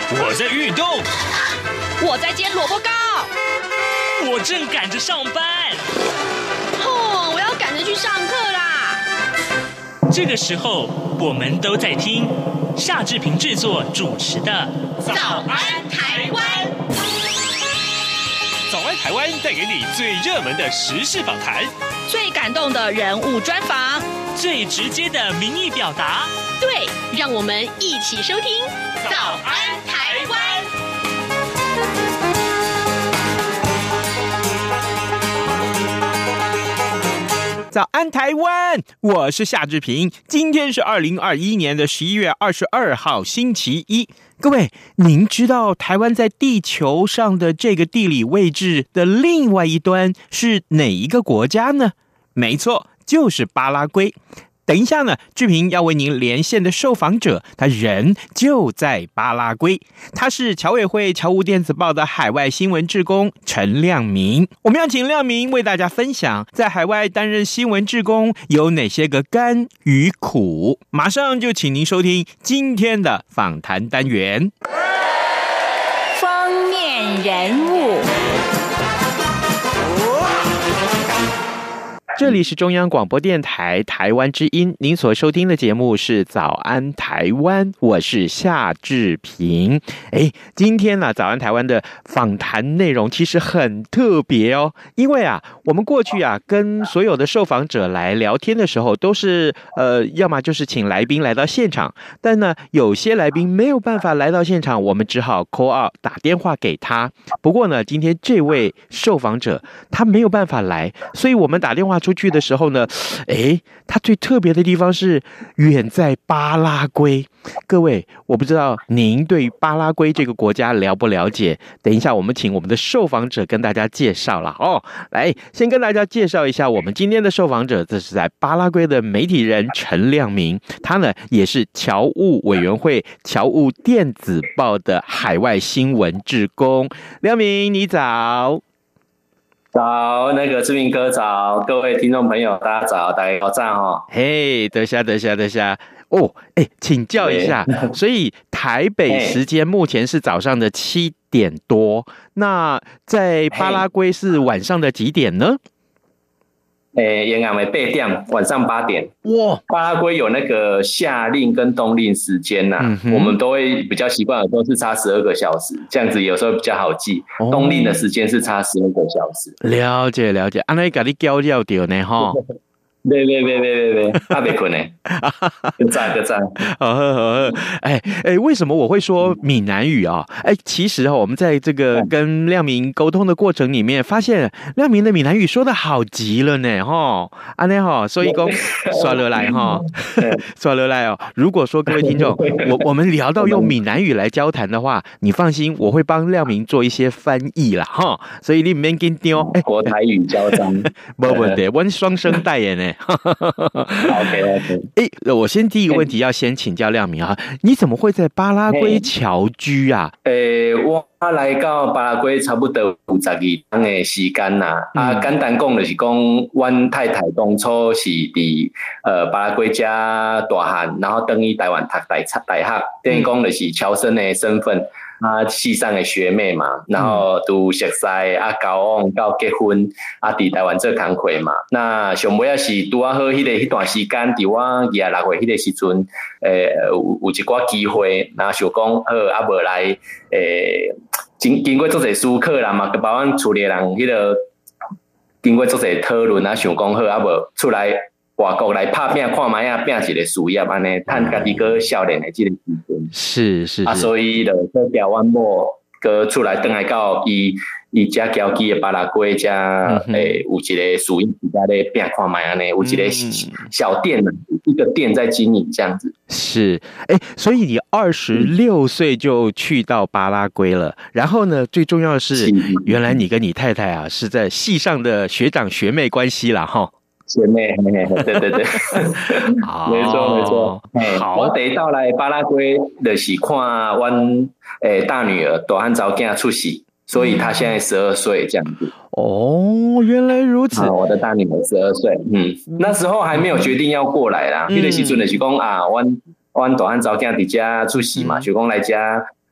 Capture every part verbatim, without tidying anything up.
我在运动， 我在煎萝卜糕， 我正赶着上班。 哦，我要赶着去上课啦！ 这个时候，我们都在听夏志平制作主持的《 早安台湾》。 早安台湾带给你最热门的时事访谈， 最感动的人物专访， 最直接的民意表达。 对，让我们一起收听《早安台湾》。 早安台湾，我是夏志平。今天是二零二一年的十一月二十二号，星期一。各位，您知道台湾在地球上的这个地理位置的另外一端是哪一个国家呢？没错，就是巴拉圭。等一下呢，志平要为您连线的受访者，他人就在巴拉圭，他是侨委会侨务电子报的海外新闻志工陈亮明。我们要请亮明为大家分享在海外担任新闻志工有哪些个甘与苦。马上就请您收听今天的访谈单元。 封面人物。 这里是中央广播电台台湾之音，您所收听的节目是早安台湾，我是夏志平。哎，今天呢、啊，早安台湾的访谈内容其实很特别哦，因为啊，我们过去啊跟所有的受访者来聊天的时候，都是呃，要么就是请来宾来到现场，但呢，有些来宾没有办法来到现场，我们只好 call out 打电话给他。不过呢，今天这位受访者他没有办法来，所以我们打电话出去的时候呢，诶，它最特别的地方是远在巴拉圭。各位，我不知道您对巴拉圭这个国家了不了解？等一下，我们请我们的受访者跟大家介绍了哦。来，先跟大家介绍一下我们今天的受访者，这是在巴拉圭的媒体人陈亮明，他呢也是侨务委员会侨务电子报的海外新闻志工。亮明，你早。 早，那个志明哥早，各位听众朋友大家早，大家好赞哦。 嘿，等下等下等下哦，哎，请教一下，所以台北时间目前是早上的七点多，那在巴拉圭是晚上的几点呢？ 诶，沿岸为八点，晚上八点。 哇， 巴拉圭有那个夏令跟冬令时间呐、啊嗯，我们都会比较习惯的都是差十二个小时，这样子有时候比较好记。哦、冬令的时间是差十二个小时。 了解了解，安尼给你教掉掉呢哈。 对对对对对对，他别困呢，个赞个赞。 好好好，哎哎，为什么我会说闽南语啊？哎，其实我们在这个跟亮明沟通的过程里面，发现亮明的闽南语说的好极了呢，哈，安尼哈，所以讲刷落来哈，刷落来哦。如果说各位听众，我我们聊到用闽南语来交谈的话，你放心，我会帮亮明做一些翻译啦，哈，所以你唔免紧张。 国台语交战， 没问题，我双声代言呢。 OK OK， 哎，我先第一个问题要先请教亮明啊，你怎么会在巴拉圭侨居啊？ 诶、欸，我来到巴拉圭差不多有十二天的时间啦、嗯。啊，简单讲就是讲，阮太太当初是伫呃巴拉圭家大汉，然后等于台湾读大大学，等于讲就是侨生的身份。啊，系上的学妹嘛，然后都熟悉啊，交往到结婚啊，伫台湾做工课嘛。那上尾啊是拄啊好迄个迄段时间，伫我二十六岁迄个时阵，诶、呃、有有一寡机会，然后想讲好啊，无来诶，经经过做者思考啦嘛，包阮厝里人迄个经过做者讨论啊，想讲好啊，无出来外国来拍拼看卖啊，拼一个事业安尼，趁家己个少年的这个时阵。 是是是啊， 所以就说调阮某个出来，等来到伊伊家交际的巴拉圭家，诶、嗯，有一个属于自家的变看卖安尼，有一个小店呢、嗯，一个店在经营这样子。 是，哎，所以你二十六岁就去到巴拉圭了，嗯、然后呢，最重要的是，原来你跟你太太啊是在系上的学长学妹关系啦，哈。 学妹，对对对，没错没错。好，我第一到来巴拉圭就是看阮诶大女儿大汉早囝出世，所以她现在十二岁这样子。 哦，原来如此。 啊、我的大女儿十二岁，嗯，那时候还没有决定要过来啦。迄、嗯、个时阵就是讲啊，阮阮大汉早囝伫家出世嘛，就讲来家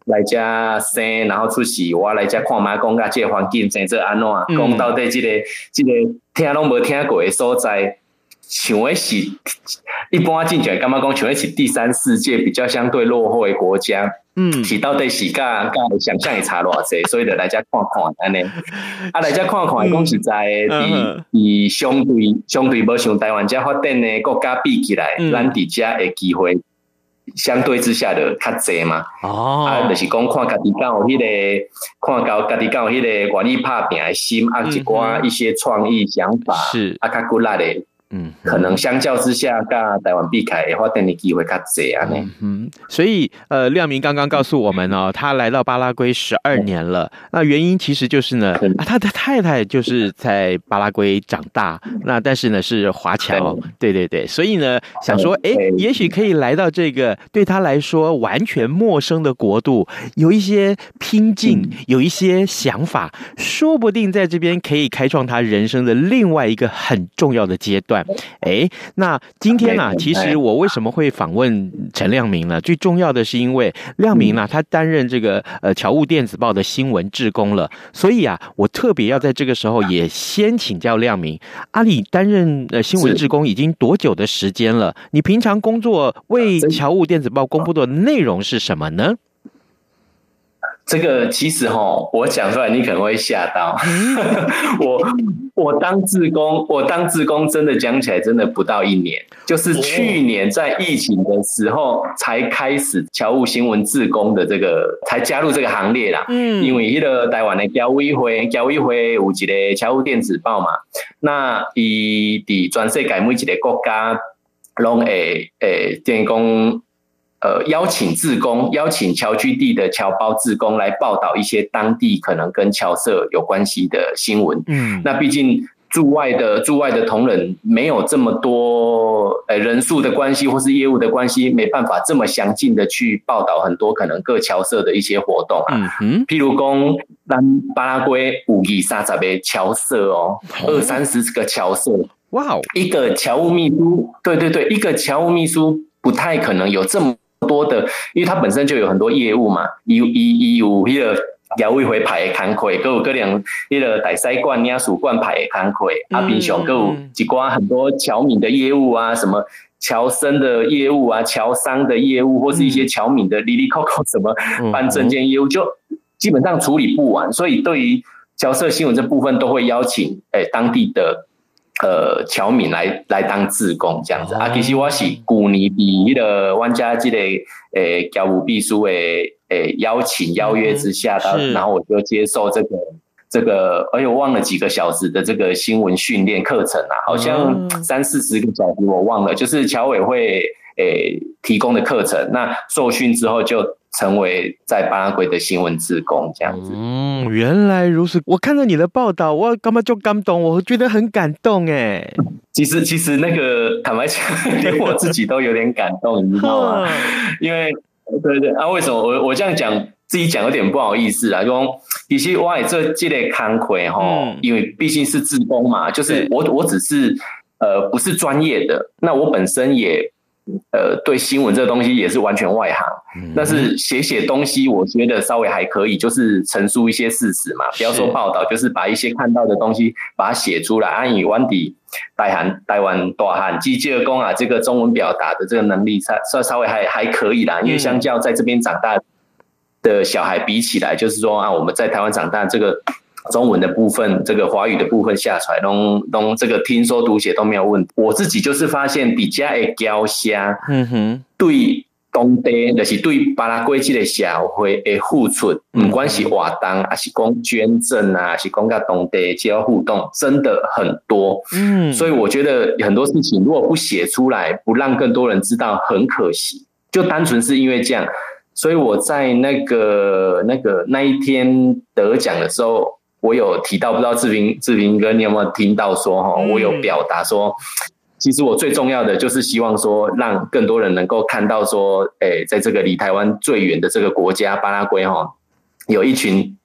来遮生，然后出席，我来遮看妈讲甲这个环境真做安怎，讲、嗯、到底这个这个听拢无听过的所在。像的是一般进去感觉讲像的是第三世界比较相对落后的国家，嗯，是到底是甲甲想象会差偌济，所以就来遮看看安尼。啊，来遮看看讲实在伫伫相对相对无像台湾遮发展的国家比起来，嗯、咱伫遮的机会相对之下就较济嘛。哦，啊，就是讲看家己敢有迄、那个，看到家己敢有迄个愿意拍拼的心，啊，一寡一些创意想法，是啊，较骨力的。嗯，可能相较之下，跟台湾比起来，发展的机会较济啊呢。 嗯，所以呃，亮明刚刚告诉我们哦，他来到巴拉圭十二年了。那原因其实就是呢，啊，他的太太就是在巴拉圭长大，那但是呢是华侨，对对对，所以呢想说，哎，也许可以来到这个对他来说完全陌生的国度，有一些拼劲，有一些想法，说不定在这边可以开创他人生的另外一个很重要的阶段。哎，那今天呢、啊，其实我为什么会访问陈亮明呢？最重要的是因为亮明呢，他担任这个呃侨务电子报的新闻志工了，所以啊，我特别要在这个时候也先请教亮明，阿里担任呃新闻志工已经多久的时间了？你平常工作为侨务电子报公布的内容是什么呢？ 这个其实齁，我讲出来你可能会吓到。我我当志工，我当志工真的讲起来真的不到一年，就是去年在疫情的时候才开始侨务新闻志工的这个，才加入这个行列啦。嗯，因为那个台湾的侨委会，侨委会有一个侨务电子报嘛，那伊伫全世界每一个国家拢会诶，等于讲。呃，邀请志工，邀请侨居地的侨胞志工来报道一些当地可能跟侨社有关系的新闻。嗯，那毕竟驻外的驻外的同仁没有这么多呃人数的关系，或是业务的关系，没办法这么详尽的去报道很多可能各侨社的一些活动啊。嗯哼，譬如讲，咱巴拉圭有二三十个侨社哦，二三十个侨社。哇，一个侨务秘书，对对对，一个侨务秘书不太可能有这么多的，因为他本身就有很多业务嘛，伊伊伊有迄个侨委会派的工课，各有各样迄个大使馆、领事馆派的工课，啊，平常各有一寡很多侨民的业务啊，什么侨生的业务啊，侨商的业务，或是一些侨民的哩哩扣扣什么办证件业务，就基本上处理不完，所以对于侨社新闻这部分都会邀请诶、欸、当地的。呃，侨民来来当志工这样子、哦、啊，其实我是去年被迄个阮家这个诶侨务秘书的诶邀请邀约之下，嗯、然后我就接受这个这个，哎呦忘了几个小时的这个新闻训练课程啊，好像三四十个小时我忘了，就是侨委会诶提供的课程，那受训之后就。成为在巴拉圭的新闻志工这样子。嗯， 原来如此。我看到你的报道，我干嘛就感动，我觉得很感动哎。 其实，其实那个坦白讲，连我自己都有点感动，你知道吗？因为对对啊，为什么我我这样讲，自己讲有点不好意思啊？说其实我也这这类工课哈，因为毕竟是志工嘛，就是我我只是呃不是专业的，那我本身也。呃，对新闻这个东西也是完全外行，嗯、但是写写东西，我觉得稍微还可以，就是陈述一些事实嘛，不要说报道，就是把一些看到的东西把它写出来。按以湾底台韩台湾大汉记者公啊，这个中文表达的这个能力稍稍微还还可以啦，因为相较在这边长大的小孩比起来，就是说啊，我们在台湾长大这个。中文的部分，这个华语的部分下出来，拢拢这个听说读写都没有问题。我自己就是发现，底下的侨社，嗯哼，对当地就是对巴拉圭这个社会的付出，不管是活动，还是讲捐赠啊，还是讲跟当地这些互动，真的很多。嗯，所以我觉得很多事情如果不写出来，不让更多人知道，很可惜。就单纯是因为这样，所以我在那个那个那一天得奖的时候。我有提到，不知道志平志平哥你有没有听到说哈，我有表达说，其实我最重要的就是希望说，让更多人能够看到说，诶，在这个离台湾最远的这个国家巴拉圭哈，有一群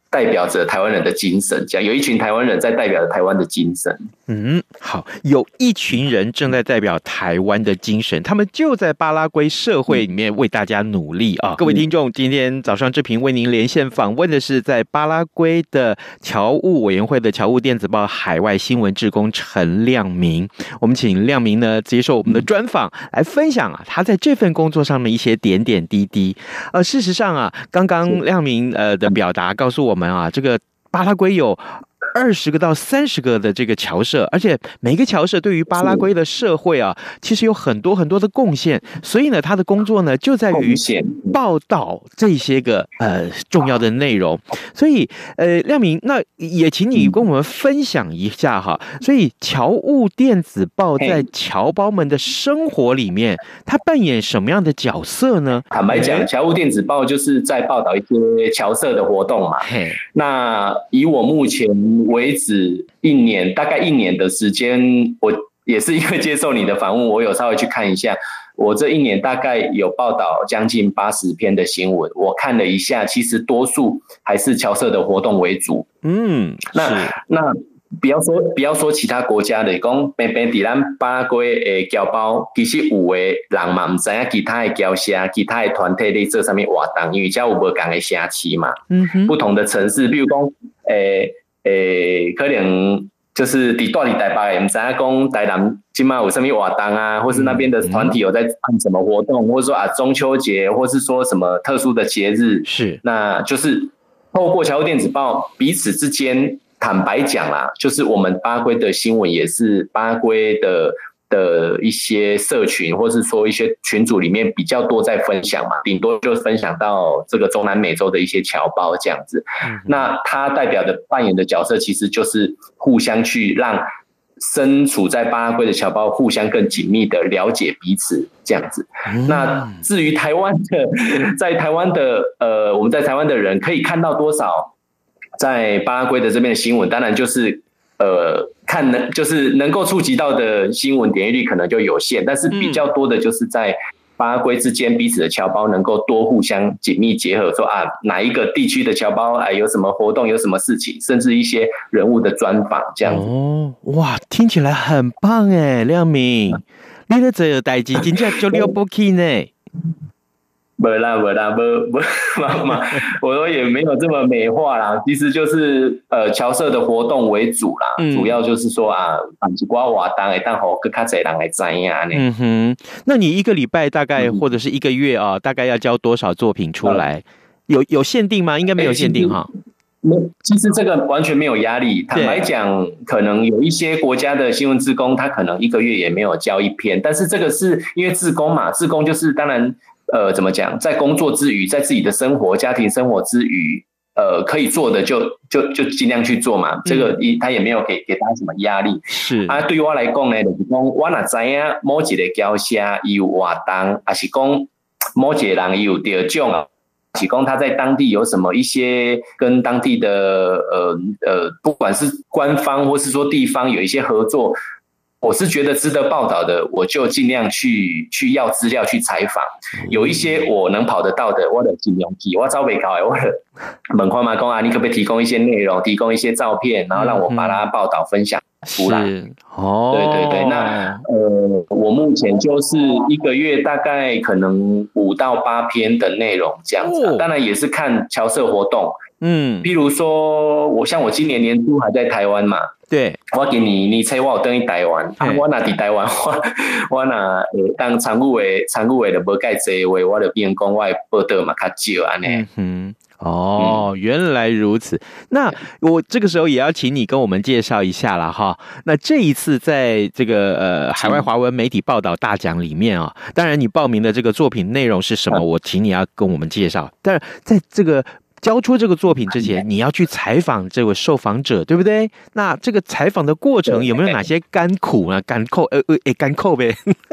代表着台湾人的精神，这样有一群台湾人在代表着台湾的精神。 嗯，好，有一群人正在代表台湾的精神，他们就在巴拉圭社会里面为大家努力啊！嗯、各位听众，今天早上志平为您连线访问的是在巴拉圭的侨务委员会的侨务电子报海外新闻志工陈亮明。我们请亮明呢接受我们的专访，来分享啊他在这份工作上的一些点点滴滴。呃，事实上啊，刚刚亮明呃的表达告诉我们啊，这个巴拉圭有二十个到三十个的这个侨社，而且每个侨社对于巴拉圭的社会啊，其实有很多很多的贡献。所以呢，他的工作呢就在于报道这些个呃重要的内容。所以呃，亮明，那也请你跟我们分享一下哈。所以侨务电子报在侨胞们的生活里面，它扮演什么样的角色呢？ 坦白讲，侨务电子报就是在报道一些侨社的活动嘛。那以我目前为止一年大概一年的时间，我也是因为接受你的访问，我有稍微去看一下，我这一年大概有报道将近八十篇的新闻，我看了一下，其实多数还是侨社的活动为主。嗯，那那不要说不要说其他国家的，讲偏偏在咱巴拉圭的侨胞，其实有的人嘛，不知道其他的侨社、其他的团体在做什么活动，因为这有不同的城市嘛，嗯哼，不同的城市，比如讲，诶。诶，可能就是伫住伫台北的，唔知影讲台南今嘛有什么活动啊，或是那边的团体有在办什么活动，或者说啊中秋节，或是说什么特殊的节日，是，那就是透过侨务电子报彼此之间，坦白讲啦，就是我们巴拉圭的新闻也是巴拉圭的。的一些社群，或是说一些群组里面比较多在分享嘛，顶多就分享到这个中南美洲的一些侨胞这样子。嗯、那他代表的扮演的角色，其实就是互相去让身处在巴拉圭的侨胞互相更紧密的了解彼此这样子。嗯、那至于台湾的，在台湾的呃，我们在台湾的人可以看到多少在巴拉圭的这边的新闻，当然就是。呃，看能就是能够触及到的新闻点阅率可能就有限，但是比较多的就是在巴拉圭之间彼此的侨胞能够多互相紧密结合，说啊哪一个地区的侨胞哎有什么活动有什么事情，甚至一些人物的专访这样子。哦， 哇，听起来很棒哎，亮明，你的这个代志真正就了不起呢。 没啦没啦没没妈妈，我说也没有这么美化啦，其实就是呃侨社的活动为主啦，嗯、主要就是说啊，办一寡活动会当互更较侪人来知影呢。 嗯哼，那你一个礼拜大概、嗯、或者是一个月啊，大概要交多少作品出来？嗯、有有限定吗？应该没有限定哈。 其实这个完全没有压力。坦白讲，可能有一些国家的新闻志工，他可能一个月也没有交一篇，但是这个是因为志工嘛，志工就是当然。呃，怎么讲？在工作之余，在自己的生活、家庭生活之余，呃，可以做的就就就尽量去做嘛。嗯、这个他也没有给给他什么压力。是啊，对我来讲呢，就是讲我若知影某一个侨社伊有活动，还是讲某一个人伊有得奖啊，是讲他在当地有什么一些跟当地的呃呃，不管是官方或是说地方有一些合作。我是觉得值得报道的，我就尽量去去要资料去采访。有一些我能跑得到的，我就尽量去。我找北考的，我就问看嘛，讲啊，你可不可以提供一些内容，提供一些照片，然后让我把它报道分享出来。是哦，对对对。那呃，我目前就是一个月大概可能五到八篇的内容这样子、啊。当然也是看侨社活动。嗯，比如说我像我今年年初还在台湾嘛。对，我今年年初我有回去台湾，啊，我若伫台湾，我我若诶当参与诶参与诶就无介济话，我就变讲我诶报道嘛较少安尼。嗯哦，嗯、原来如此。那我这个时候也要请你跟我们介绍一下啦哈。那这一次在这个呃海外华文媒体报道大奖里面啊，当然你报名的这个作品内容是什么，我请你要跟我们介绍。但是在这个交出这个作品之前，你要去采访这位受访者，对不对？那这个采访的过程有没有哪些甘苦呢？甘苦，呃呃，甘苦呗。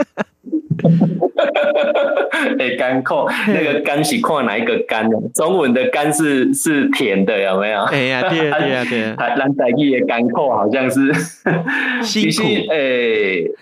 哎，甘苦，那个甘是看哪一个甘？中文的甘是是甜的，有没有？ 哎呀，对啊，对啊，对啊。 咱台语的甘苦好像是辛苦， 哎。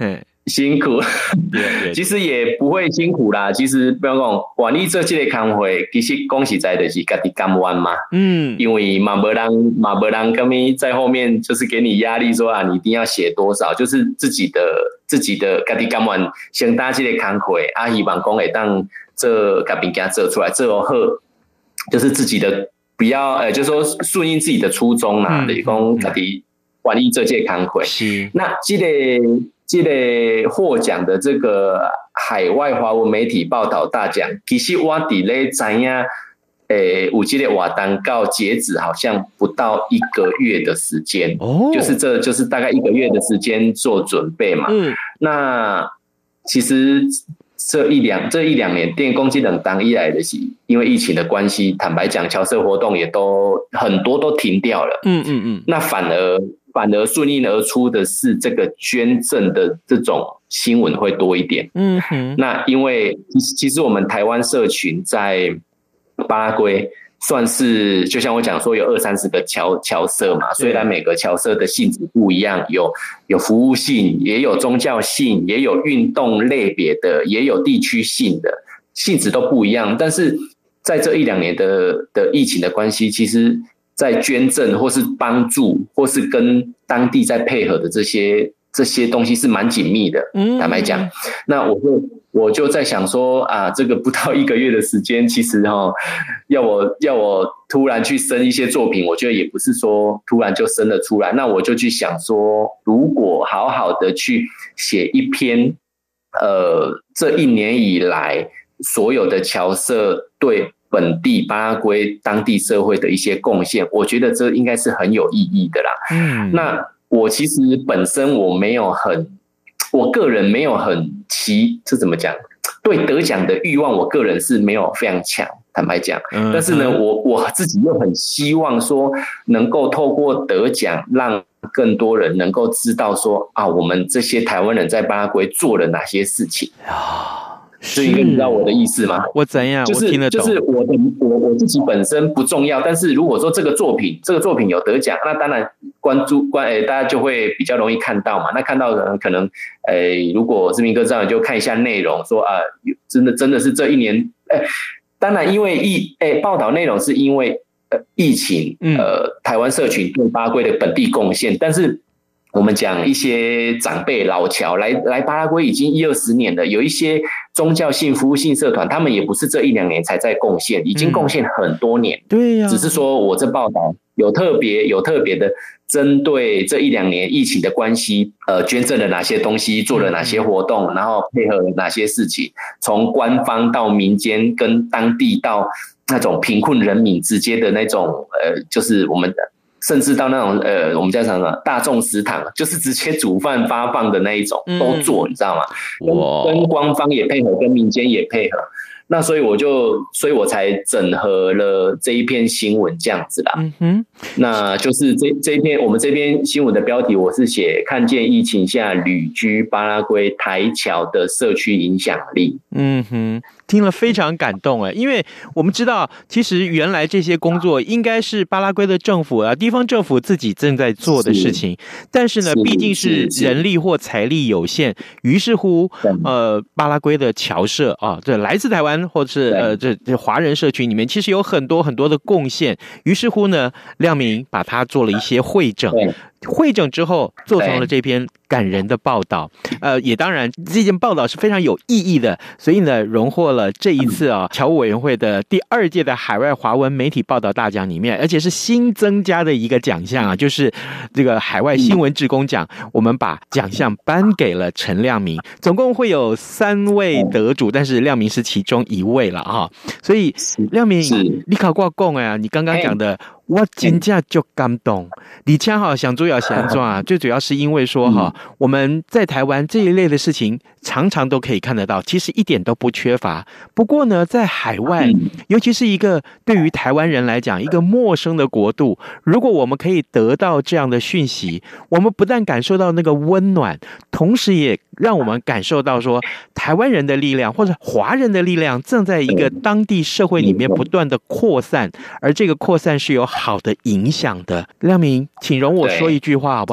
辛苦，其实也不会辛苦啦。其实不要讲，万一做这个工会，其实讲实在的是自己甘愿嘛。嗯，因为嘛没人嘛没人跟你在后面就是给你压力说啊，你一定要写多少，就是自己的自己的自己甘愿先打这个工会，啊，希望讲会当这把物件做出来，做好，就是自己的不要呃，就是说顺应自己的初衷啦，就是讲自己万一做这个工会。是，那这个。这个获奖的这个海外华文媒体报道大奖，其实我在咧知影，诶，有这个活动到截止好像不到一个月的时间，哦，就是这就是大概一个月的时间做准备嘛。嗯，那其实这一两这一两年，电工技能当以来的是因为疫情的关系，坦白讲，侨社活动也都很多都停掉了。嗯嗯嗯，那反而。反而顺应而出的是这个捐赠的这种新闻会多一点。嗯哼，那因为其实我们台湾社群在巴拉圭算是，就像我讲说有二三十个侨侨社嘛，虽然每个侨社的性质不一样，有有服务性，也有宗教性，也有运动类别的，也有地区性的，性质都不一样。但是在这一两年的的疫情的关系，其实。在捐赠或是帮助或是跟当地在配合的这些这些东西是蛮紧密的，嗯，坦白讲，那我就我就在想说啊，这个不到一个月的时间，其实哈、哦，要我要我突然去生一些作品，我觉得也不是说突然就生了出来。那我就去想说，如果好好的去写一篇，呃，这一年以来所有的侨社对。本地巴拉圭当地社会的一些贡献，我觉得这应该是很有意义的啦。嗯，那我其实本身我没有很，我个人没有很期，这怎么讲？对得奖的欲望，我个人是没有非常强，坦白讲。嗯，但是呢，我我自己又很希望说，能够透过得奖，让更多人能够知道说啊，我们这些台湾人在巴拉圭做了哪些事情啊。所以你知道我的意思吗？ 我怎样？ 就是我听得懂。 就是我的我我自己本身不重要，但是如果说这个作品这个作品有得奖，那当然关注关诶、欸，大家就会比较容易看到嘛。那看到的可能诶、欸，如果志明哥这样就看一下内容，说啊，真的真的是这一年诶、欸，当然因为疫诶、欸、报道内容是因为呃疫情呃台湾社群对巴拉圭的本地贡献，但是。我们讲一些长辈老侨来来巴拉圭已经一二十年了，有一些宗教性服务性社团，他们也不是这一两年才在贡献，已经贡献很多年。嗯、对呀、啊，只是说我这报道有特别有特别的针对这一两年疫情的关系，呃，捐赠了哪些东西，做了哪些活动，嗯、然后配合了哪些事情，从官方到民间，跟当地到那种贫困人民之间的那种，呃，就是我们的。甚至到那种呃，我们叫什么大众食堂，就是直接煮饭发放的那一种，都做，你知道吗？跟跟官方也配合，跟民间也配合。那所以我就，所以我才整合了这一篇新闻这样子啦。嗯哼，那就是这这一篇我们这篇新闻的标题，我是写看见疫情下旅居巴拉圭台侨的社区影响力。 嗯哼，听了非常感动哎，因为我们知道，其实原来这些工作应该是巴拉圭的政府啊、地方政府自己正在做的事情，但是呢，毕竟是人力或财力有限，于是乎，呃，巴拉圭的侨社啊，这来自台湾。或者是呃，这这华人社群里面，其实有很多很多的贡献。于是乎呢，亮明把它做了一些汇整，汇整之后，做成了这篇感人的报道。呃，也当然，这件报道是非常有意义的，所以呢，荣获了这一次啊，侨务委员会的第二届的海外华文媒体报道大奖里面，而且是新增加的一个奖项啊，就是这个海外新闻志工奖。我们把奖项颁给了陈亮明，总共会有三位得主，但是亮明是其中一位了哈。所以亮明，你考过讲哎，你刚刚讲的。我真的就感动，而且哈，想主要想做啊，最主要是因为说哈，我们在台湾这一类的事情常常都可以看得到，其实一点都不缺乏。不过呢，在海外，尤其是一个对于台湾人来讲一个陌生的国度，如果我们可以得到这样的讯息，我们不但感受到那个温暖，同时也让我们感受到说，台湾人的力量或者华人的力量正在一个当地社会里面不断的扩散，而这个扩散是有好的影响的。亮明，请容我说一句话好不好？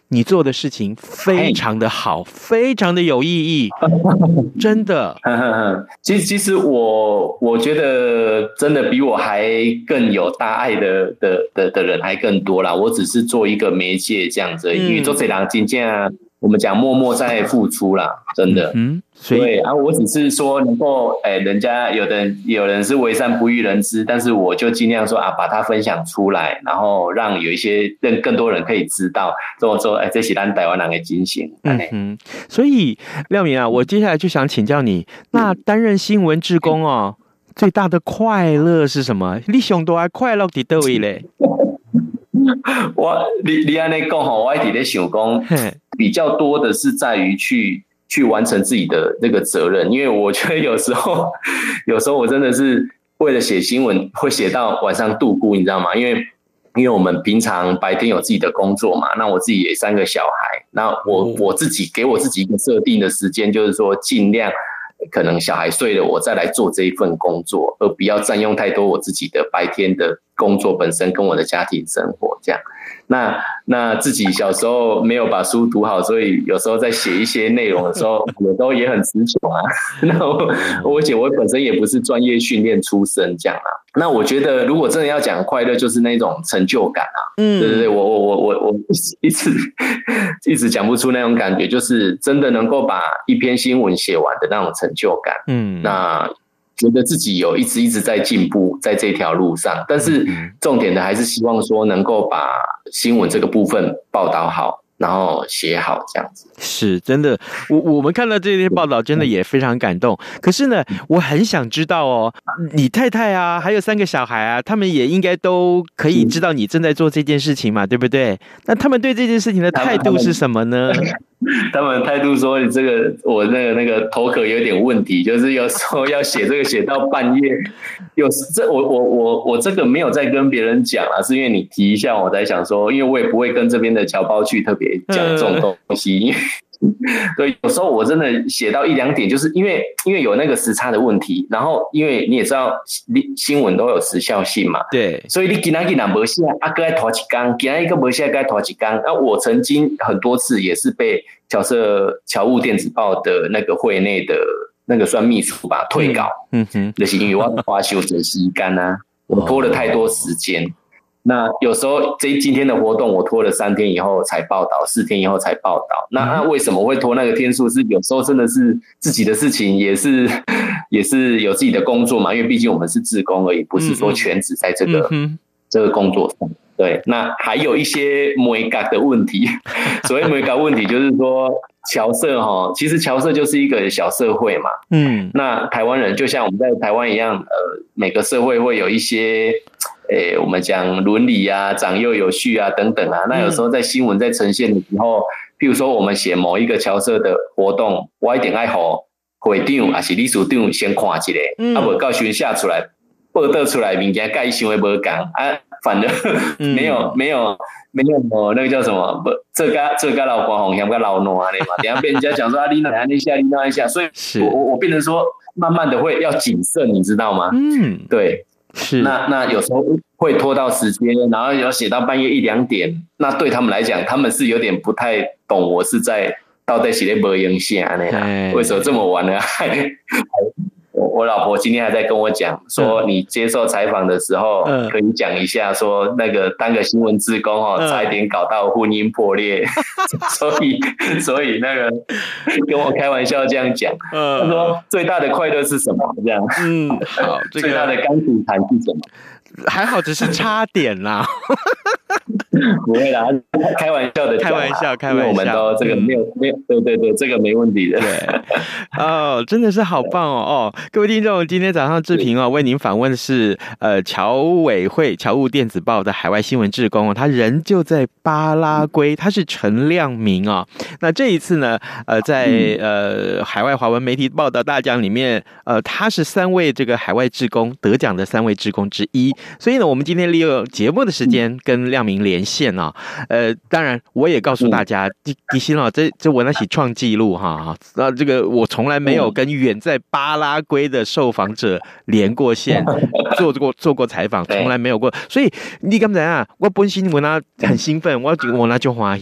你做的事情非常的好，非常的有意义，真的。 其实，其实我我觉得真的比我还更有大爱的的的的人还更多啦。我只是做一个媒介这样子，因为做这两件件啊。我们讲默默在付出啦，真的。嗯，所以对啊，我只是说能够，哎、欸，人家有的人有人是为善不欲人知，但是我就尽量说啊，把它分享出来，然后让有一些更更多人可以知道，这么说，哎、欸，这是咱台湾人的精神。嗯嗯，所以廖明啊，我接下来就想请教你，那担任新闻志工哦，最大的快乐是什么？你上大的快乐在哪里嘞？ 我你你安尼讲吼，我一直在想讲，比较多的是在于去去完成自己的那个责任，因为我觉得有时候有时候我真的是为了写新闻会写到晚上度过，你知道吗？因为因为我们平常白天有自己的工作嘛，那我自己也三个小孩，那我我自己给我自己一个设定的时间，就是说尽量。可能小孩睡了，我再来做这一份工作，而不要占用太多我自己的白天的工作本身跟我的家庭生活这样。那那自己小时候没有把书读好，所以有时候在写一些内容的时候，有时候也很词穷啊。那我而且我本身也不是专业训练出身这样啊。那我觉得如果真的要讲快乐，就是那种成就感啊。嗯，对对对，我我我我我一直一直讲不出那种感觉，就是真的能够把一篇新闻写完的那种成就感。嗯，那。觉得自己有一直一直在进步在这条路上，但是重点的还是希望说能够把新闻这个部分报道好，然后写好这样子。 是真的，我我们看到这些报道真的也非常感动。可是呢，我很想知道哦，你太太啊，还有三个小孩啊，他们也应该都可以知道你正在做这件事情嘛，对不对？那他们对这件事情的态度是什么呢？ 他们态度说你这个我那个那个头壳有点问题，就是有时候要写这个写到半夜，有这我我我我这个没有在跟别人讲啦，是因为你提一下我在想说，因为我也不会跟这边的侨胞去特别讲这种东西，因为对，有时候我真的写到一两点，就是因为因为有那个时差的问题，然后因为你也知道新闻都有时效性嘛， 对， 所以你今天今天没写，啊，搁再拖一天，今天一个没写，该拖一天。啊，我曾经很多次也是被侨社侨务电子报的那个会内的那个算秘书吧退稿，嗯哼，就是因为我花休息时间啊，我拖了太多时间。那有时候这今天的活动我拖了三天以后才报道，四天以后才报道。那那为什么会拖那个天数？是有时候真的是自己的事情，也是也是有自己的工作嘛。因为毕竟我们是志工而已，不是说全职在这个、嗯嗯、这个工作上。对，那还有一些媒角的问题。所谓媒角问题，就是说侨社哈，其实侨社就是一个小社会嘛。嗯，那台湾人就像我们在台湾一样，呃，每个社会会有一些。诶、欸，我们讲伦理啊、长幼有序啊等等啊，那有时候在新闻在呈现的时候，譬如说我们写某一个侨社的活动，我一定要和会长还是理事长先看一下，嗯、啊，不到时下出来报道出来，物件跟伊想的无同啊，反正没有、嗯、没有没有那个叫什么，不这个这个老光红像个老挪啊，嘛，等下被人家讲说啊，你哪一下，你哪一下，所以我我我变成说，慢慢的会要谨慎，你知道吗？嗯，对。是，那那有时候会拖到时间，然后有写到半夜一两点，那对他们来讲，他们是有点不太懂我是在到底是在没影响呢？为什么这么晚呢？我我老婆今天还在跟我讲说，你接受采访的时候可以讲一下，说那个当个新闻志工哦，差一点搞到婚姻破裂，所以所以那个跟我开玩笑这样讲，他说最大的快乐是什么？这样，嗯，好，这个、最大的甘苦谈是什么？ 还好，只是差点啦。 不会啦，开玩笑的， 开玩笑，开玩笑， 我们都这个没有、嗯、没有，对对对，这个没问题的。 对，哦，真的是好棒哦！哦，各位听众，今天早上志平哦为您访问的是呃侨委会侨务电子报的海外新闻志工哦，他人就在巴拉圭，他是陈亮明哦。那这一次呢，呃，在呃海外华文媒体报道大奖里面，呃，他是三位这个海外志工得奖的三位志工之一，所以呢，我们今天利用节目的时间跟亮明连线啊、哦，呃，当然我也告诉大家，迪欣哦，这这我那起创纪录哈，那这个我从来没有跟远在巴拉圭的受访者连过线，做过做过采访，从来没有过，所以你刚才啊，我本身我那很兴奋，我我那就欢喜。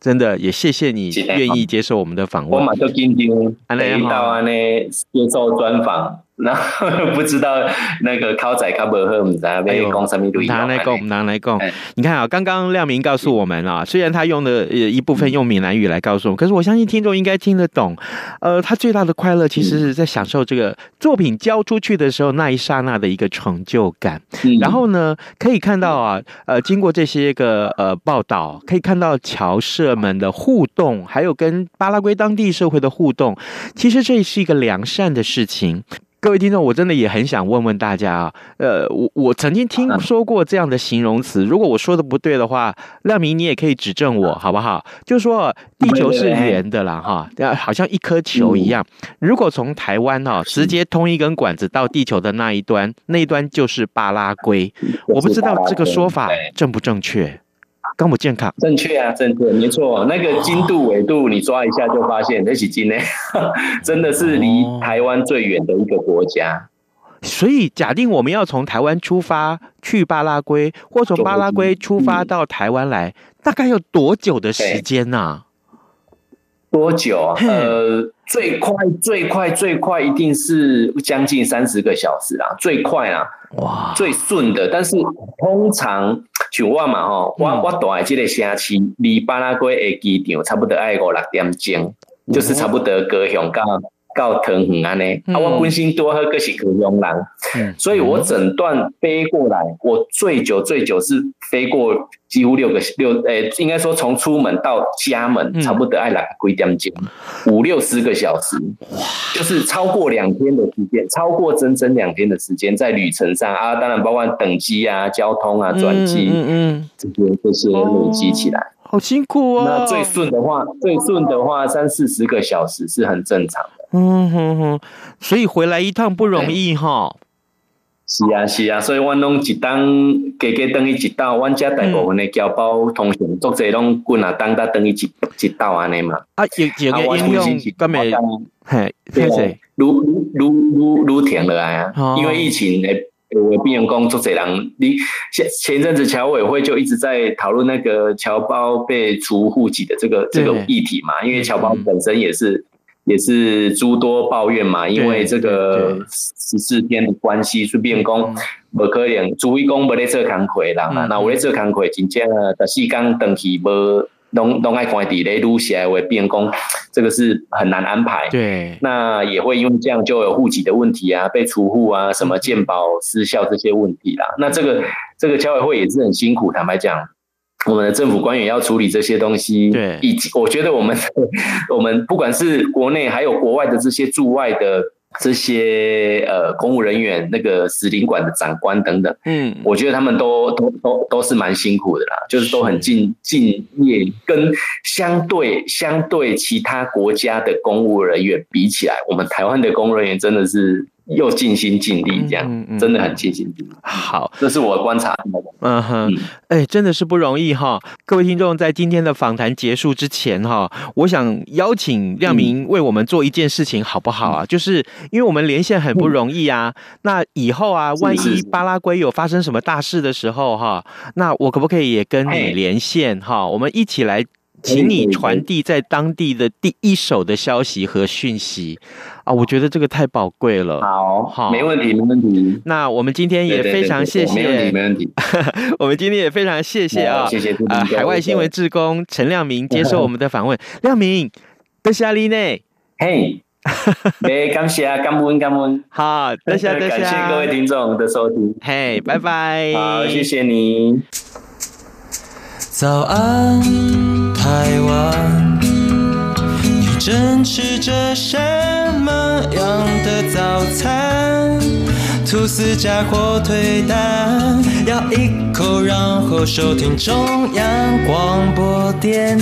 真的也谢谢你愿意接受我们的访问。 我马上紧张，等到安尼接受专访。然后不知道那个考仔考不好，不知道要讲什么内容。 拿来讲，拿来讲。你看啊，刚刚亮明告诉我们啊，虽然他用的一部分用闽南语来告诉我们，可是我相信听众应该听得懂。呃，他最大的快乐其实是在享受这个作品交出去的时候那一刹那的一个成就感。嗯、然后呢，可以看到啊，呃，经过这些个呃报道，可以看到侨社们的互动，还有跟巴拉圭当地社会的互动，其实这是一个良善的事情。各位听众，我真的也很想问问大家啊，呃，我我曾经听说过这样的形容词，如果我说的不对的话，亮明你也可以指正我，好不好？就是说地球是圆的啦，哈，好像一颗球一样。如果从台湾哦直接通一根管子到地球的那一端，那一端就是巴拉圭。我不知道这个说法正不正确。刚不健康， 正确啊，正确，没错。那个经度纬度，你抓一下就发现，那是真的，真的是离台湾最远的一个国家。 所以，假定我们要从台湾出发去巴拉圭，或从巴拉圭出发到台湾来，大概要多久的时间呢、啊？ 多久啊？呃，最快、最快、最快，一定是将近三十个小时啊，最快啊，哇，最顺的。但是通常像我嘛吼，我我住的这个城市，离巴拉圭的机场差不多要五六点钟，嗯、就是差不多高雄到到桃园安尼。啊，我本身多好，可是高雄人，嗯、所以我整段飞过来，我最久最久是飞过几乎六个六，诶、欸，应该说从出门到家门，差不多要六几点钟，五六十个小时，就是超过两天的时间，超过整整两天的时间在旅程上啊，当然包括等机啊、交通啊、转机，嗯嗯，这些这些累积起来。哦好辛苦哦！ 那最顺的话，最顺的话，三四十个小时是很正常的。 嗯哼哼，所以回来一趟不容易哈。 是啊，是啊，所以阮拢一当加加等于一道，阮遮大部分的侨胞通常足侪拢几啊当搭等于一一道安尼嘛。啊， 有有个应用，咁咪嘿，对， 愈愈愈愈停落来啊，哦、因为疫情诶。我病人工作者人，你前前一阵子侨委会就一直在讨论那个侨胞被除户籍的这个这个议题嘛，因为侨胞本身也是也是诸多抱怨嘛，因为这个十四天的关系，顺便讲无可能，除非讲无咧做工课人啊，那有咧做工课，真正十四天登记无。拢拢爱关伫咧撸起来为变工，这个是很难安排。 对， 那也会因为这样就有户籍的问题啊，被除户啊，什么健保失效这些问题啦。那这个这个侨委会也是很辛苦，坦白讲，我们的政府官员要处理这些东西。 对， 以及我觉得我们我们不管是国内还有国外的这些驻外的。这些呃公务人员、那个使领馆的长官等等，嗯，我觉得他们都都都都是蛮辛苦的啦，就是都很敬敬业，跟相对相对其他国家的公务人员比起来，我们台湾的公务人员真的是又尽心尽力，这样、嗯嗯、真的很尽心尽力。 好， 这是我观察的。 嗯哼，哎、欸，真的是不容易哈。各位听众，在今天的访谈结束之前哈，我想邀请亮明为我们做一件事情，好不好啊？嗯、就是因为我们连线很不容易啊，嗯、那以后啊，万一巴拉圭有发生什么大事的时候哈，那我可不可以也跟你连线哈？我们一起来。请你传递在当地的第一手的消息和讯息啊！我觉得这个太宝贵了。 好，好，没问题，没问题。 那我们今天也非常谢谢， 没问题，没问题。 我们今天也非常谢谢啊， 谢谢啊、呃，海外新闻志工陈亮明接受我们的访问。亮明，多谢你呢。 嘿，没感谢，感恩感恩。 好，多谢多谢， 感谢各位听众的收听。 嘿，拜拜。 好，谢谢你。 早安，台湾，你正吃着什么样的早餐？吐司加火腿蛋，咬一口，然后收听中央广播电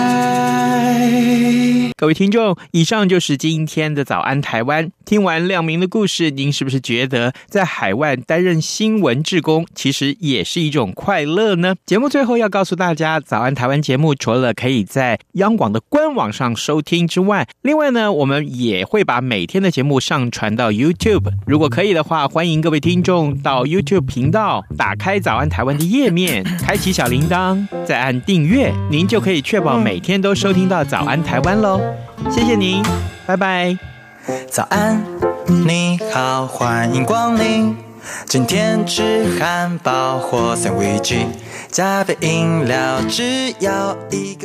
台。 各位听众，以上就是今天的早安台湾。听完亮明的故事，您是不是觉得在海外担任新闻志工其实也是一种快乐呢？节目最后要告诉大家，早安台湾节目除了可以在央广的官网上收听之外，另外呢，我们也会把每天的节目上传到 YouTube。如果可以的话，欢欢迎各位听众到 YouTube 频道打开早安台湾的页面，开启小铃铛，再按订阅，您就可以确保每天都收听到早安台湾咯。谢谢您，拜拜。 早安，你好，欢迎光临。今天吃汉堡或三明治，加杯饮料，只要一个。